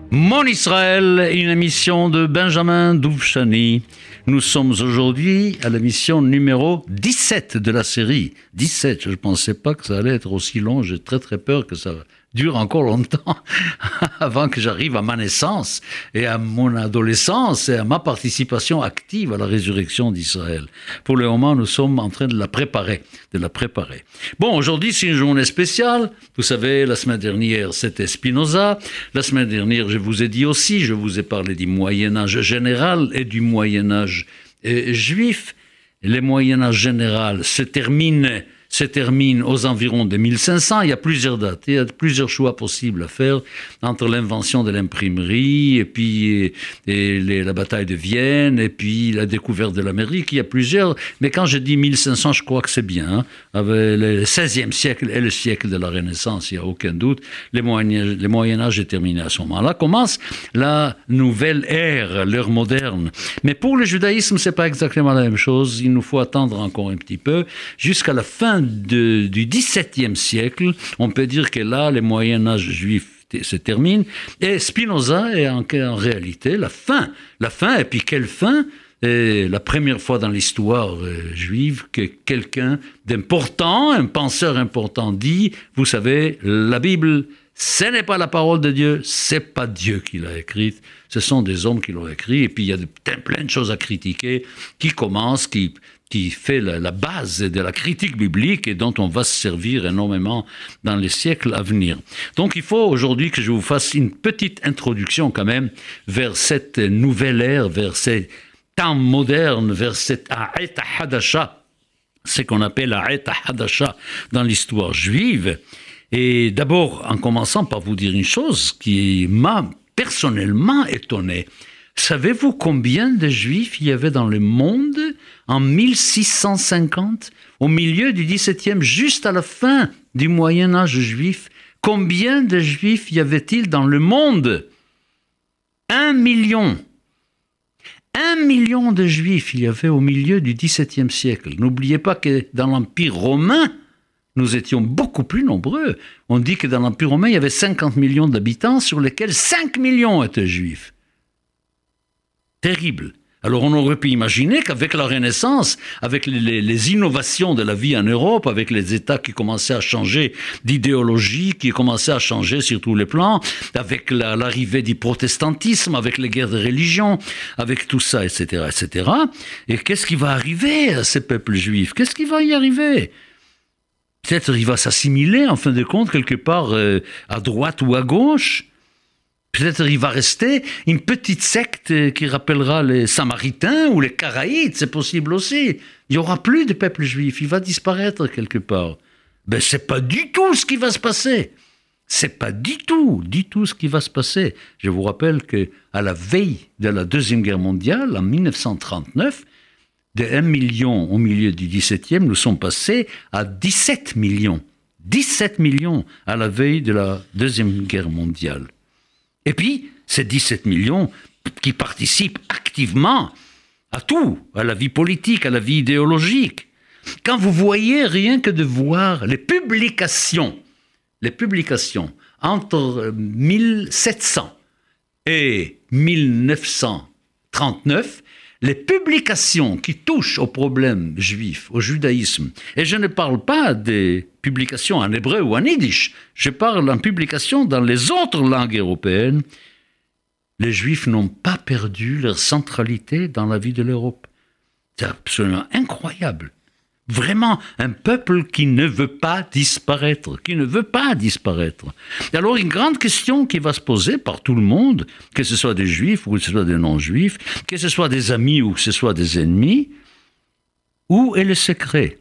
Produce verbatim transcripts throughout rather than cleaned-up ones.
Mon Israël, une émission de Benjamin Douvchani. Nous sommes aujourd'hui à l'émission numéro dix-sept de la série. dix-sept, je ne pensais pas que ça allait être aussi long. J'ai très très peur que ça dure encore longtemps avant que j'arrive à ma naissance et à mon adolescence et à ma participation active à la résurrection d'Israël. Pour le moment, nous sommes en train de la préparer, de la préparer. Bon, aujourd'hui, c'est une journée spéciale. Vous savez, la semaine dernière, c'était Spinoza. La semaine dernière, je vous ai dit aussi, je vous ai parlé du Moyen-Âge général et du Moyen-Âge euh, juif. Le Moyen-Âge général se termine se termine aux environs de mille cinq cents. Il y a plusieurs dates, il y a plusieurs choix possibles à faire entre l'invention de l'imprimerie et puis et, et les, la bataille de Vienne et puis la découverte de l'Amérique. Il y a plusieurs, mais quand je dis mille cinq cents, je crois que c'est bien. Hein. Avec le seizième siècle et le siècle de la Renaissance, il n'y a aucun doute. Le Moyen-Âge, le Moyen-Âge est terminé à ce moment-là. Commence la nouvelle ère, l'ère moderne. Mais pour le judaïsme, c'est pas exactement la même chose. Il nous faut attendre encore un petit peu jusqu'à la fin De, du dix-septième siècle. On peut dire que là, le Moyen-Âge juif se termine et Spinoza est en, en réalité la fin. La fin, et puis quelle fin? Et la première fois dans l'histoire euh, juive que quelqu'un d'important, un penseur important dit, vous savez, la Bible, ce n'est pas la parole de Dieu, c'est pas Dieu qui l'a écrite, ce sont des hommes qui l'ont écrit, et puis il y a de, plein de choses à critiquer, qui commencent, qui... qui fait la, la base de la critique biblique et dont on va se servir énormément dans les siècles à venir. Donc il faut aujourd'hui que je vous fasse une petite introduction quand même vers cette nouvelle ère, vers ces temps modernes, vers cette Ha'et Hadasha, ce qu'on appelle Ha'et Hadasha dans l'histoire juive. Et d'abord, en commençant par vous dire une chose qui m'a personnellement étonné. Savez-vous combien de Juifs il y avait dans le monde en mille six cent cinquante, au milieu du dix-septième, juste à la fin du Moyen-Âge juif? Combien de Juifs y avait-il dans le monde? Un million. Un million de Juifs il y avait au milieu du dix-septième siècle. N'oubliez pas que dans l'Empire romain, nous étions beaucoup plus nombreux. On dit que dans l'Empire romain, il y avait cinquante millions d'habitants, sur lesquels cinq millions étaient Juifs. Terrible. Alors on aurait pu imaginer qu'avec la Renaissance, avec les, les, les innovations de la vie en Europe, avec les États qui commençaient à changer d'idéologie, qui commençaient à changer sur tous les plans, avec la, l'arrivée du protestantisme, avec les guerres de religion, avec tout ça, et cetera, et cetera. Et qu'est-ce qui va arriver à ces peuples juifs? Qu'est-ce qui va y arriver? Peut-être il va s'assimiler, en fin de compte, quelque part euh, à droite ou à gauche. Peut-être il va rester une petite secte qui rappellera les Samaritains ou les Karaïtes, c'est possible aussi. Il n'y aura plus de peuple juif, il va disparaître quelque part. Ben, c'est pas du tout ce qui va se passer. C'est pas du tout, du tout ce qui va se passer. Je vous rappelle qu'à la veille de la Deuxième Guerre mondiale, en mille neuf cent trente-neuf, de un million au milieu du dix-septième, nous sommes passés à dix-sept millions. dix-sept millions à la veille de la Deuxième Guerre mondiale. Et puis, ces dix-sept millions qui participent activement à tout, à la vie politique, à la vie idéologique. Quand vous voyez rien que de voir les publications, les publications entre mille sept cents et mille neuf cent trente-neuf, les publications qui touchent au problème juif, au judaïsme, et je ne parle pas des publications en hébreu ou en yiddish, je parle en publications dans les autres langues européennes, les juifs n'ont pas perdu leur centralité dans la vie de l'Europe. C'est absolument incroyable. Vraiment, un peuple qui ne veut pas disparaître, qui ne veut pas disparaître. Et alors, une grande question qui va se poser par tout le monde, que ce soit des juifs ou que ce soit des non-juifs, que ce soit des amis ou que ce soit des ennemis, où est le secret?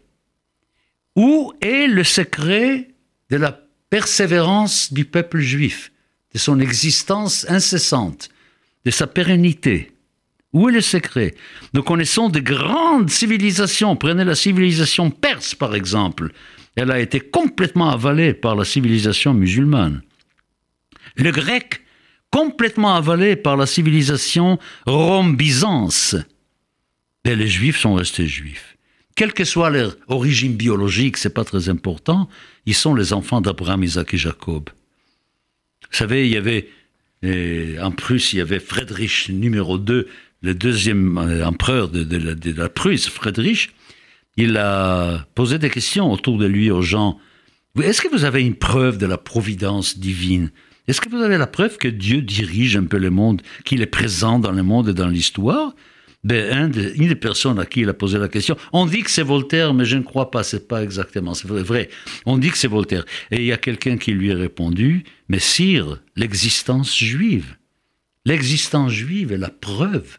Où est le secret de la persévérance du peuple juif, de son existence incessante, de sa pérennité? Où est le secret? Nous connaissons de grandes civilisations. Prenez la civilisation perse, par exemple. Elle a été complètement avalée par la civilisation musulmane. Le grec, complètement avalé par la civilisation Rome-Byzance. Et les Juifs sont restés Juifs. Quelle que soit leur origine biologique, ce n'est pas très important, ils sont les enfants d'Abraham, Isaac et Jacob. Vous savez, il y avait Et en Prusse, il y avait Friedrich numéro deux, le deuxième empereur de, de, la, de la Prusse, Friedrich. Il a posé des questions autour de lui aux gens. Est-ce que vous avez une preuve de la providence divine? Est-ce que vous avez la preuve que Dieu dirige un peu le monde, qu'il est présent dans le monde et dans l'histoire? Ben, un de, une des personnes à qui il a posé la question, on dit que c'est Voltaire, mais je ne crois pas, c'est pas exactement, c'est vrai. On dit que c'est Voltaire. Et il y a quelqu'un qui lui a répondu, mais sire, l'existence juive, l'existence juive est la preuve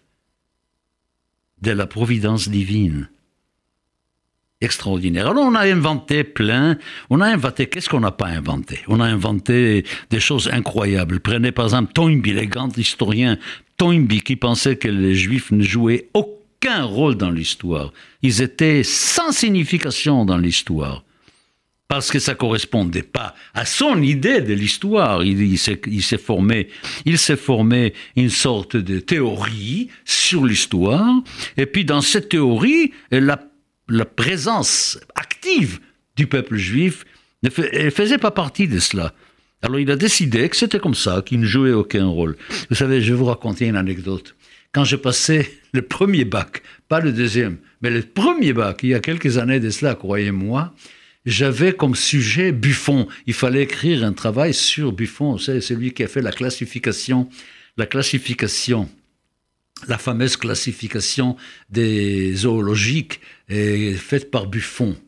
de la providence divine. Extraordinaire. Alors on a inventé plein, on a inventé, qu'est-ce qu'on n'a pas inventé? On a inventé des choses incroyables. Prenez par exemple Toynbee, le grand historien Toynbee, qui pensait que les Juifs ne jouaient aucun rôle dans l'histoire. Ils étaient sans signification dans l'histoire. Parce que ça ne correspondait pas à son idée de l'histoire. Il, il, s'est, il, s'est formé, il s'est formé une sorte de théorie sur l'histoire. Et puis dans cette théorie, la La présence active du peuple juif ne faisait pas partie de cela. Alors il a décidé que c'était comme ça, qu'il ne jouait aucun rôle. Vous savez, je vais vous raconter une anecdote. Quand j'ai passé le premier bac, pas le deuxième, mais le premier bac, il y a quelques années de cela, croyez-moi, j'avais comme sujet Buffon. Il fallait écrire un travail sur Buffon. C'est celui qui a fait la classification, la classification la fameuse classification des zoologiques est faite par Buffon.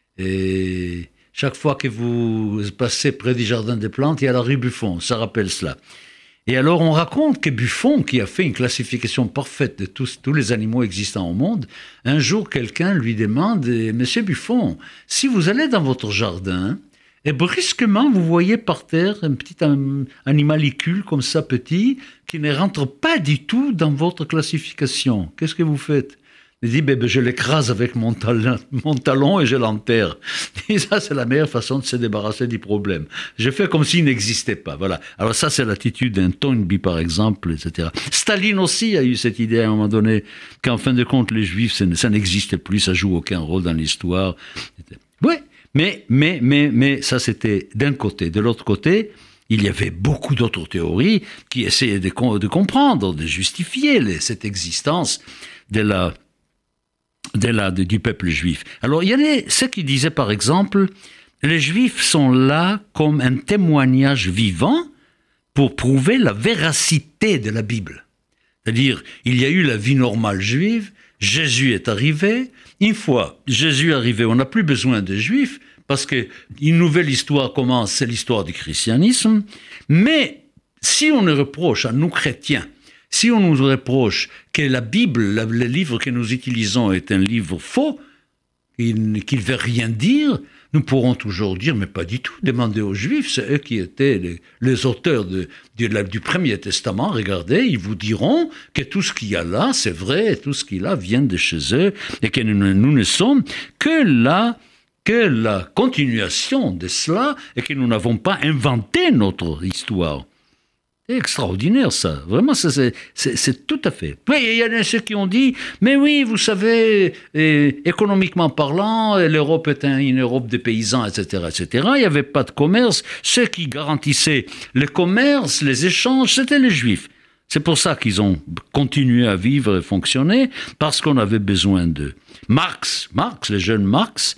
Et chaque fois que vous passez près du jardin des plantes, il y a la rue Buffon, ça rappelle cela. Et alors on raconte que Buffon, qui a fait une classification parfaite de tous, tous les animaux existants au monde, un jour quelqu'un lui demande « Monsieur Buffon, si vous allez dans votre jardin, et brusquement, vous voyez par terre un petit un, animalicule comme ça, petit, qui ne rentre pas du tout dans votre classification. Qu'est-ce que vous faites ?» Il dit, ben, ben, je l'écrase avec mon talon, mon talon et je l'enterre. Et ça, c'est la meilleure façon de se débarrasser du problème. Je fais comme s'il n'existait pas. Voilà. Alors ça, c'est l'attitude d'un Toynbee, par exemple, et cetera. Staline aussi a eu cette idée à un moment donné, qu'en fin de compte, les Juifs, ça, ça n'existait plus, ça joue aucun rôle dans l'histoire. Oui, mais, mais, mais, mais ça, c'était d'un côté. De l'autre côté, il y avait beaucoup d'autres théories qui essayaient de, de comprendre, de justifier les, cette existence de la... De la, de, du peuple juif. Alors, il y en a ceux qui disaient, par exemple, les Juifs sont là comme un témoignage vivant pour prouver la véracité de la Bible. C'est-à-dire, il y a eu la vie normale juive, Jésus est arrivé, une fois Jésus est arrivé, on n'a plus besoin de Juifs, parce qu'une nouvelle histoire commence, c'est l'histoire du christianisme, mais si on reproche à nous chrétiens, si on nous reproche que la Bible, le livre que nous utilisons est un livre faux, qu'il ne veut rien dire, nous pourrons toujours dire, mais pas du tout, demander aux Juifs, c'est eux qui étaient les, les auteurs de, de la, du Premier Testament, regardez, ils vous diront que tout ce qu'il y a là, c'est vrai, et tout ce qu'il y a vient de chez eux, et que nous, nous ne sommes que la, que la continuation de cela, et que nous n'avons pas inventé notre histoire. C'est extraordinaire, ça. Vraiment, ça, c'est, c'est, c'est tout à fait. Oui, il y en a ceux qui ont dit, mais oui, vous savez, eh, économiquement parlant, l'Europe est un, une Europe de paysans, et cetera, et cetera. Il n'y avait pas de commerce. Ceux qui garantissaient le commerce, les échanges, c'était les Juifs. C'est pour ça qu'ils ont continué à vivre et fonctionner, parce qu'on avait besoin d'eux. Marx, Marx, le jeune Marx,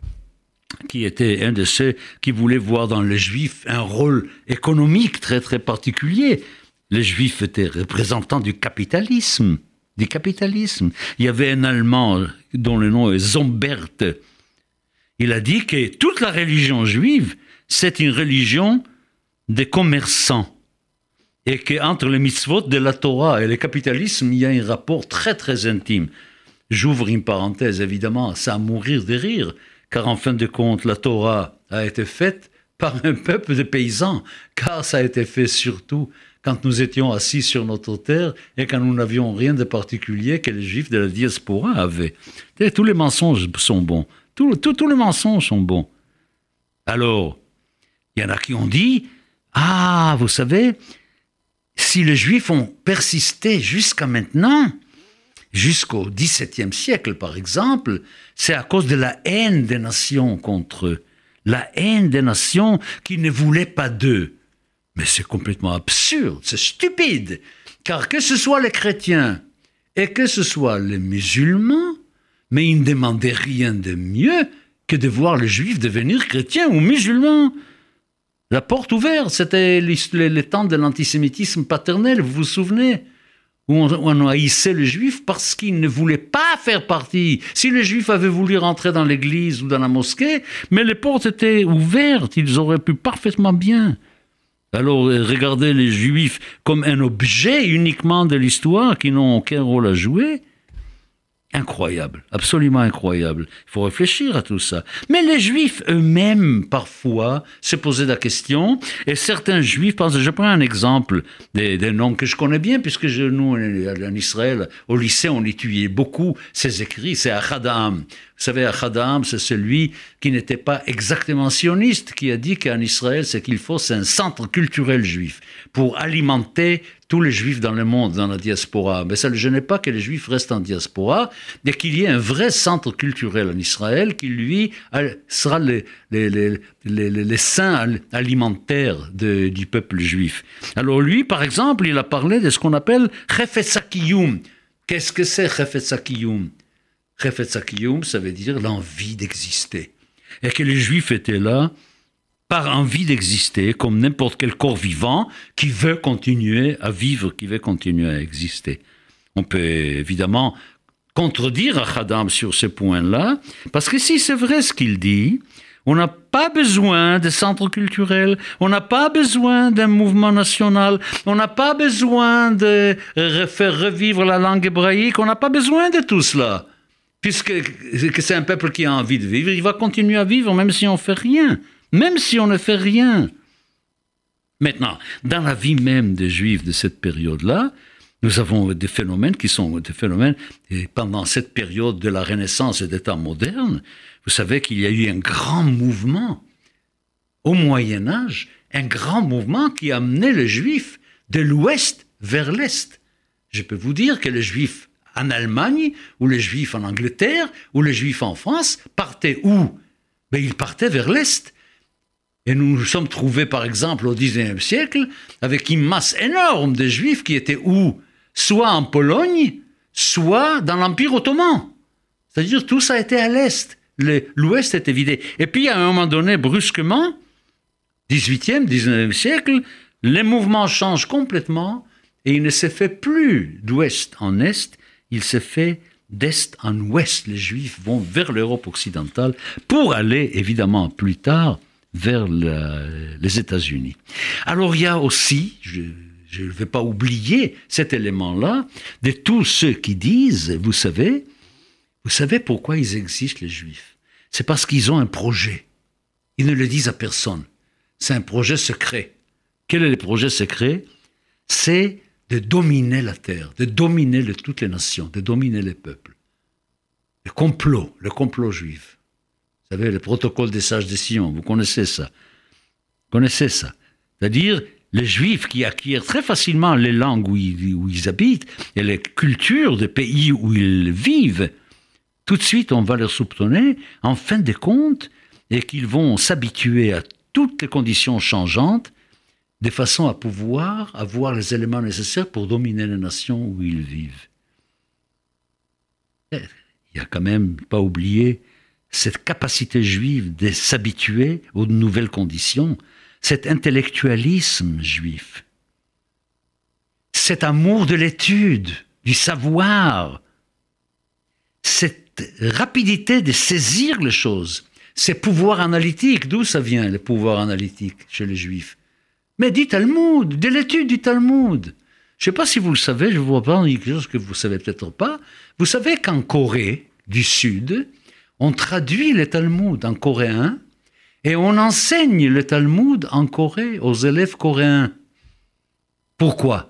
qui était un de ceux qui voulaient voir dans les Juifs un rôle économique très très particulier. Les Juifs étaient représentants du capitalisme, du capitalisme. Il y avait un Allemand dont le nom est Zombert. Il a dit que toute la religion juive, c'est une religion des commerçants. Et qu'entre les mitzvot de la Torah et le capitalisme, il y a un rapport très très intime. J'ouvre une parenthèse, évidemment, ça à mourir de rire. Car en fin de compte, la Torah a été faite par un peuple de paysans, car ça a été fait surtout quand nous étions assis sur notre terre et quand nous n'avions rien de particulier que les Juifs de la diaspora avaient. Et tous les mensonges sont bons. Tous, tous, tous les mensonges sont bons. Alors, il y en a qui ont dit, ah, vous savez, si les Juifs ont persisté jusqu'à maintenant, jusqu'au dix-septième siècle, par exemple, c'est à cause de la haine des nations contre eux. La haine des nations qui ne voulaient pas d'eux. Mais c'est complètement absurde, c'est stupide. Car que ce soit les chrétiens et que ce soit les musulmans, mais ils ne demandaient rien de mieux que de voir les juifs devenir chrétiens ou musulmans. La porte ouverte, c'était les, les, les temps de l'antisémitisme paternel, vous vous souvenez ? Où on, on haïssait les juifs parce qu'ils ne voulaient pas faire partie. Si les juifs avaient voulu rentrer dans l'église ou dans la mosquée, mais les portes étaient ouvertes, ils auraient pu parfaitement bien. Alors, regardez les juifs comme un objet uniquement de l'histoire qui n'ont aucun rôle à jouer. Incroyable, absolument incroyable. Il faut réfléchir à tout ça. Mais les juifs eux-mêmes, parfois, se posaient la question, et certains juifs, je prends un exemple des, des noms que je connais bien, puisque je, nous, en Israël, au lycée, on étudiait beaucoup ses écrits, c'est Achad-Ha'am. Vous savez, Achad-Ha'am, c'est celui qui n'était pas exactement sioniste, qui a dit qu'en Israël, ce qu'il faut, c'est un centre culturel juif, pour alimenter tous les juifs dans le monde, dans la diaspora. Mais ça ne gênait pas que les juifs restent en diaspora, et qu'il y ait un vrai centre culturel en Israël qui, lui, sera les, les, les, les, les saints alimentaires de, du peuple juif. Alors lui, par exemple, il a parlé de ce qu'on appelle Chefetz HaKiyum. Qu'est-ce que c'est Chefetz HaKiyum ? Chefetz HaKiyum, ça veut dire l'envie d'exister. Et que les juifs étaient là par envie d'exister, comme n'importe quel corps vivant qui veut continuer à vivre, qui veut continuer à exister. On peut évidemment contredire Achad-Ha'am sur ce point-là, parce que si c'est vrai ce qu'il dit, on n'a pas besoin de centres culturels, on n'a pas besoin d'un mouvement national, on n'a pas besoin de faire revivre la langue hébraïque, on n'a pas besoin de tout cela. Puisque c'est un peuple qui a envie de vivre, il va continuer à vivre même si on ne fait rien. Même si on ne fait rien. Maintenant, dans la vie même des Juifs de cette période-là, nous avons des phénomènes qui sont des phénomènes, et pendant cette période de la Renaissance et des temps modernes, vous savez qu'il y a eu un grand mouvement, au Moyen-Âge, un grand mouvement qui a amené les Juifs de l'Ouest vers l'Est. Je peux vous dire que les Juifs en Allemagne, ou les Juifs en Angleterre, ou les Juifs en France, partaient où ? Ben, ils partaient vers l'Est. Et nous nous sommes trouvés, par exemple, au dix-neuvième siècle, avec une masse énorme de Juifs qui étaient où ? Soit en Pologne, soit dans l'Empire ottoman. C'est-à-dire, tout ça était à l'Est. Le, L'Ouest était vidé. Et puis, à un moment donné, brusquement, dix-huitième, dix-neuvième siècle, les mouvements changent complètement et il ne se fait plus d'Ouest en Est, il se fait d'Est en Ouest. Les Juifs vont vers l'Europe occidentale pour aller, évidemment, plus tard, vers la, les États-Unis. Alors il y a aussi, je ne vais pas oublier cet élément-là, de tous ceux qui disent, vous savez, vous savez pourquoi ils existent les Juifs ? C'est parce qu'ils ont un projet. Ils ne le disent à personne. C'est un projet secret. Quel est le projet secret ? C'est de dominer la terre, de dominer le, toutes les nations, de dominer les peuples. Le complot, le complot juif. Vous savez, le protocole des sages de Sion, vous connaissez ça. Vous connaissez ça. C'est-à-dire, les Juifs qui acquièrent très facilement les langues où ils, où ils habitent et les cultures des pays où ils vivent, tout de suite, on va leur soupçonner, en fin de compte, et qu'ils vont s'habituer à toutes les conditions changeantes, de façon à pouvoir avoir les éléments nécessaires pour dominer les nations où ils vivent. Il n'y a quand même pas oublié cette capacité juive de s'habituer aux nouvelles conditions, cet intellectualisme juif, cet amour de l'étude, du savoir, cette rapidité de saisir les choses, ces pouvoirs analytiques. D'où ça vient, les pouvoirs analytiques chez les juifs ? Mais du Talmud, de l'étude du Talmud. Je ne sais pas si vous le savez, je vous apprends quelque chose que vous ne savez peut-être pas. Vous savez qu'en Corée du Sud, on traduit le Talmud en coréen et on enseigne le Talmud en Corée aux élèves coréens. Pourquoi ?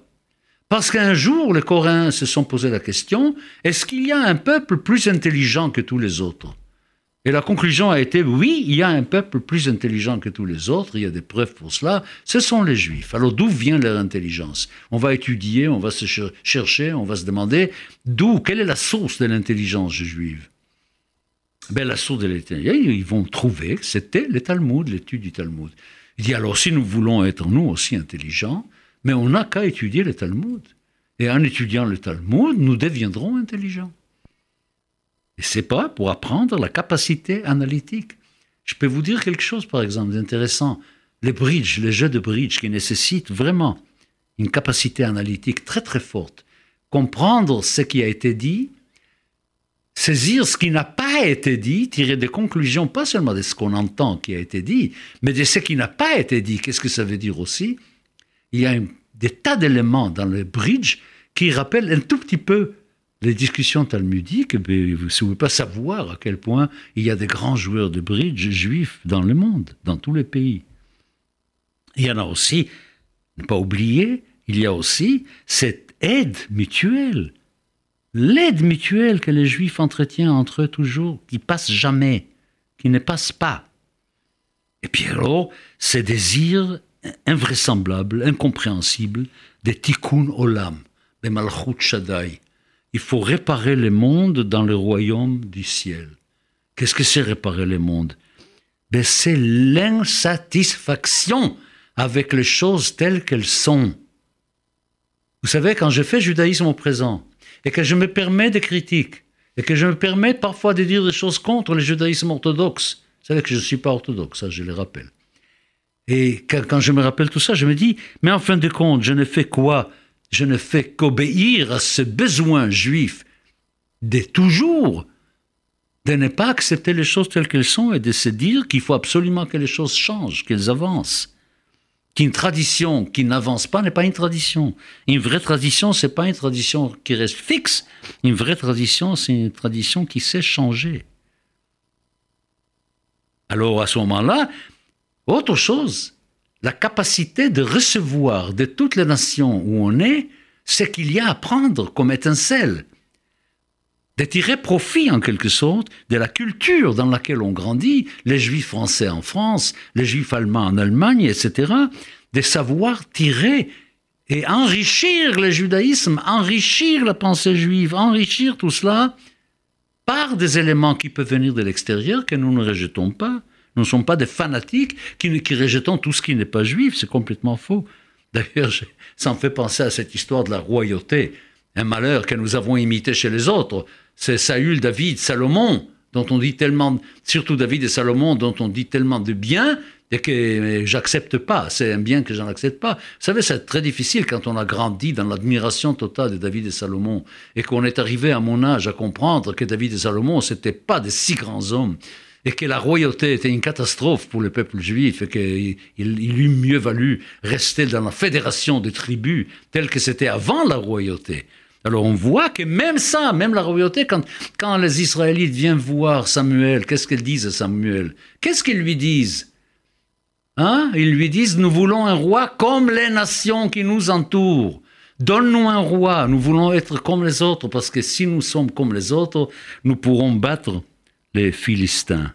Parce qu'un jour, les Coréens se sont posé la question, est-ce qu'il y a un peuple plus intelligent que tous les autres ? Et la conclusion a été, oui, il y a un peuple plus intelligent que tous les autres, il y a des preuves pour cela, ce sont les Juifs. Alors d'où vient leur intelligence ? On va étudier, on va se cher- chercher, on va se demander, d'où, quelle est la source de l'intelligence juive ? Ben, la source de l'intelligence, ils vont trouver que c'était le Talmud, l'étude du Talmud. Il dit alors si nous voulons être nous aussi intelligents, mais on n'a qu'à étudier le Talmud. Et en étudiant le Talmud, nous deviendrons intelligents. Et c'est pas pour apprendre la capacité analytique. Je peux vous dire quelque chose, par exemple, d'intéressant. Les bridge, les jeux de bridge qui nécessitent vraiment une capacité analytique très très forte. Comprendre ce qui a été dit, saisir ce qui n'a pas été dit, tirer des conclusions, pas seulement de ce qu'on entend qui a été dit, mais de ce qui n'a pas été dit. Qu'est-ce que ça veut dire aussi? Il y a un, des tas d'éléments dans le bridge qui rappellent un tout petit peu les discussions talmudiques. Mais vous ne pouvez pas savoir à quel point il y a des grands joueurs de bridge juifs dans le monde, dans tous les pays. Il y en a aussi, ne pas oublier, il y a aussi cette aide mutuelle. L'aide mutuelle que les Juifs entretiennent entre eux toujours, qui passe jamais, qui ne passe pas. Et puis alors, ces désirs invraisemblables, incompréhensibles, des tikkun olam, des malchut shaddai. Il faut réparer le monde dans le royaume du ciel. Qu'est-ce que c'est réparer le monde? Ben, c'est l'insatisfaction avec les choses telles qu'elles sont. Vous savez, quand je fais judaïsme au présent, et que je me permets des critiques, et que je me permets parfois de dire des choses contre le judaïsme orthodoxe, vous savez que je ne suis pas orthodoxe, ça je le rappelle. Et quand je me rappelle tout ça, je me dis, mais en fin de compte, je ne fais quoi? Je ne fais qu'obéir à ce besoin juif de toujours, de ne pas accepter les choses telles qu'elles sont et de se dire qu'il faut absolument que les choses changent, qu'elles avancent. Qu'une tradition qui n'avance pas n'est pas une tradition. Une vraie tradition, ce n'est pas une tradition qui reste fixe. Une vraie tradition, c'est une tradition qui sait changer. Alors, à ce moment-là, autre chose, la capacité de recevoir de toutes les nations où on est, c'est qu'il y a à prendre comme étincelle, de tirer profit en quelque sorte de la culture dans laquelle on grandit, les Juifs français en France, les Juifs allemands en Allemagne, et cetera, de savoir tirer et enrichir le judaïsme, enrichir la pensée juive, enrichir tout cela par des éléments qui peuvent venir de l'extérieur que nous ne rejetons pas. Nous ne sommes pas des fanatiques qui, qui rejetons tout ce qui n'est pas juif, c'est complètement faux. D'ailleurs, ça me fait penser à cette histoire de la royauté, un malheur que nous avons imité chez les autres. C'est Saül, David, Salomon, dont on dit tellement, surtout David et Salomon, dont on dit tellement de bien, et que j'accepte pas, c'est un bien que je n'accepte pas. Vous savez, c'est très difficile quand on a grandi dans l'admiration totale de David et Salomon, et qu'on est arrivé à mon âge à comprendre que David et Salomon, c'était pas des si grands hommes, et que la royauté était une catastrophe pour le peuple juif, et qu'il il, il eût mieux valu rester dans la fédération des tribus, telle que c'était avant la royauté. Alors on voit que même ça, même la royauté, quand, quand les Israélites viennent voir Samuel, qu'est-ce qu'ils disent à Samuel? Qu'est-ce qu'ils lui disent? Hein? Ils lui disent, nous voulons un roi comme les nations qui nous entourent. Donne-nous un roi, nous voulons être comme les autres, parce que si nous sommes comme les autres, nous pourrons battre les Philistins.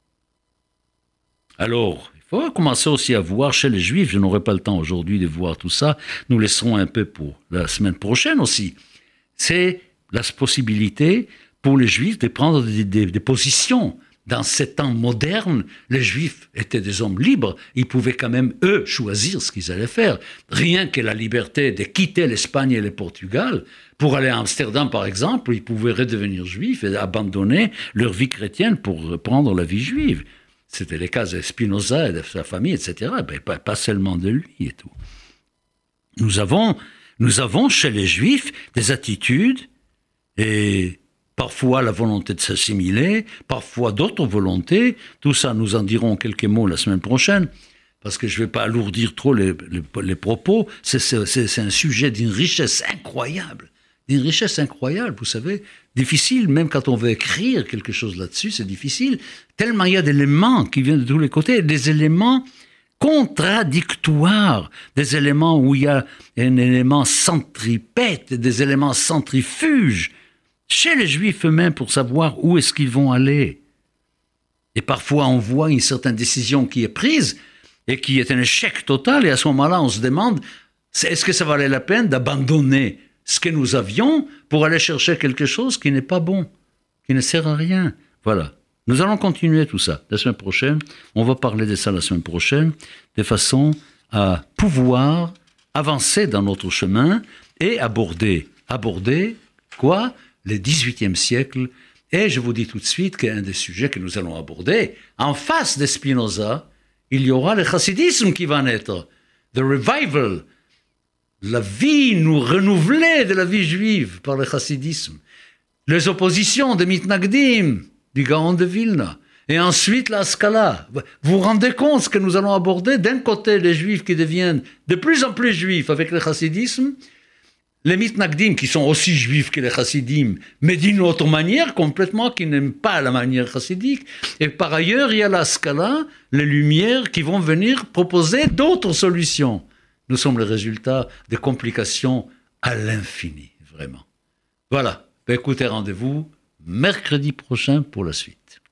Alors, il faut commencer aussi à voir chez les Juifs, je n'aurai pas le temps aujourd'hui de voir tout ça, nous laisserons un peu pour la semaine prochaine aussi. C'est la possibilité pour les Juifs de prendre des, des, des positions. Dans ces temps modernes, les Juifs étaient des hommes libres. Ils pouvaient quand même, eux, choisir ce qu'ils allaient faire. Rien que la liberté de quitter l'Espagne et le Portugal pour aller à Amsterdam, par exemple, ils pouvaient redevenir juifs et abandonner leur vie chrétienne pour prendre la vie juive. C'était le cas de Spinoza et de sa famille, et cetera. Ben, pas, pas seulement de lui et tout. Nous avons... Nous avons chez les Juifs des attitudes et parfois la volonté de s'assimiler, parfois d'autres volontés. Tout ça, nous en dirons quelques mots la semaine prochaine, parce que je ne vais pas alourdir trop les, les, les propos. C'est, c'est, c'est un sujet d'une richesse incroyable, d'une richesse incroyable, vous savez. Difficile, même quand on veut écrire quelque chose là-dessus, c'est difficile. Tellement il y a d'éléments qui viennent de tous les côtés, des éléments contradictoires, des éléments où il y a un élément centripète, des éléments centrifuges, chez les Juifs eux-mêmes pour savoir où est-ce qu'ils vont aller. Et parfois on voit une certaine décision qui est prise et qui est un échec total, et à ce moment-là on se demande, est-ce que ça valait la peine d'abandonner ce que nous avions pour aller chercher quelque chose qui n'est pas bon, qui ne sert à rien. Voilà. Nous allons continuer tout ça la semaine prochaine. On va parler de ça la semaine prochaine, de façon à pouvoir avancer dans notre chemin et aborder, aborder quoi? Le dix-huitième siècle. Et je vous dis tout de suite qu'un des sujets que nous allons aborder, en face de Spinoza, il y aura le chassidisme qui va naître. The revival, la vie nous renouvelée de la vie juive par le chassidisme. Les oppositions de Mitnagdim, du Gaon de Vilna. Et ensuite la Scala. Vous vous rendez compte ce que nous allons aborder? D'un côté, les juifs qui deviennent de plus en plus juifs avec le chassidisme, les Mitnagdim qui sont aussi juifs que les chassidim, mais d'une autre manière complètement, qui n'aiment pas la manière chassidique. Et par ailleurs, il y a la Scala, les Lumières qui vont venir proposer d'autres solutions. Nous sommes le résultat de complications à l'infini, vraiment. Voilà. Écoutez, rendez-vous mercredi prochain pour la suite.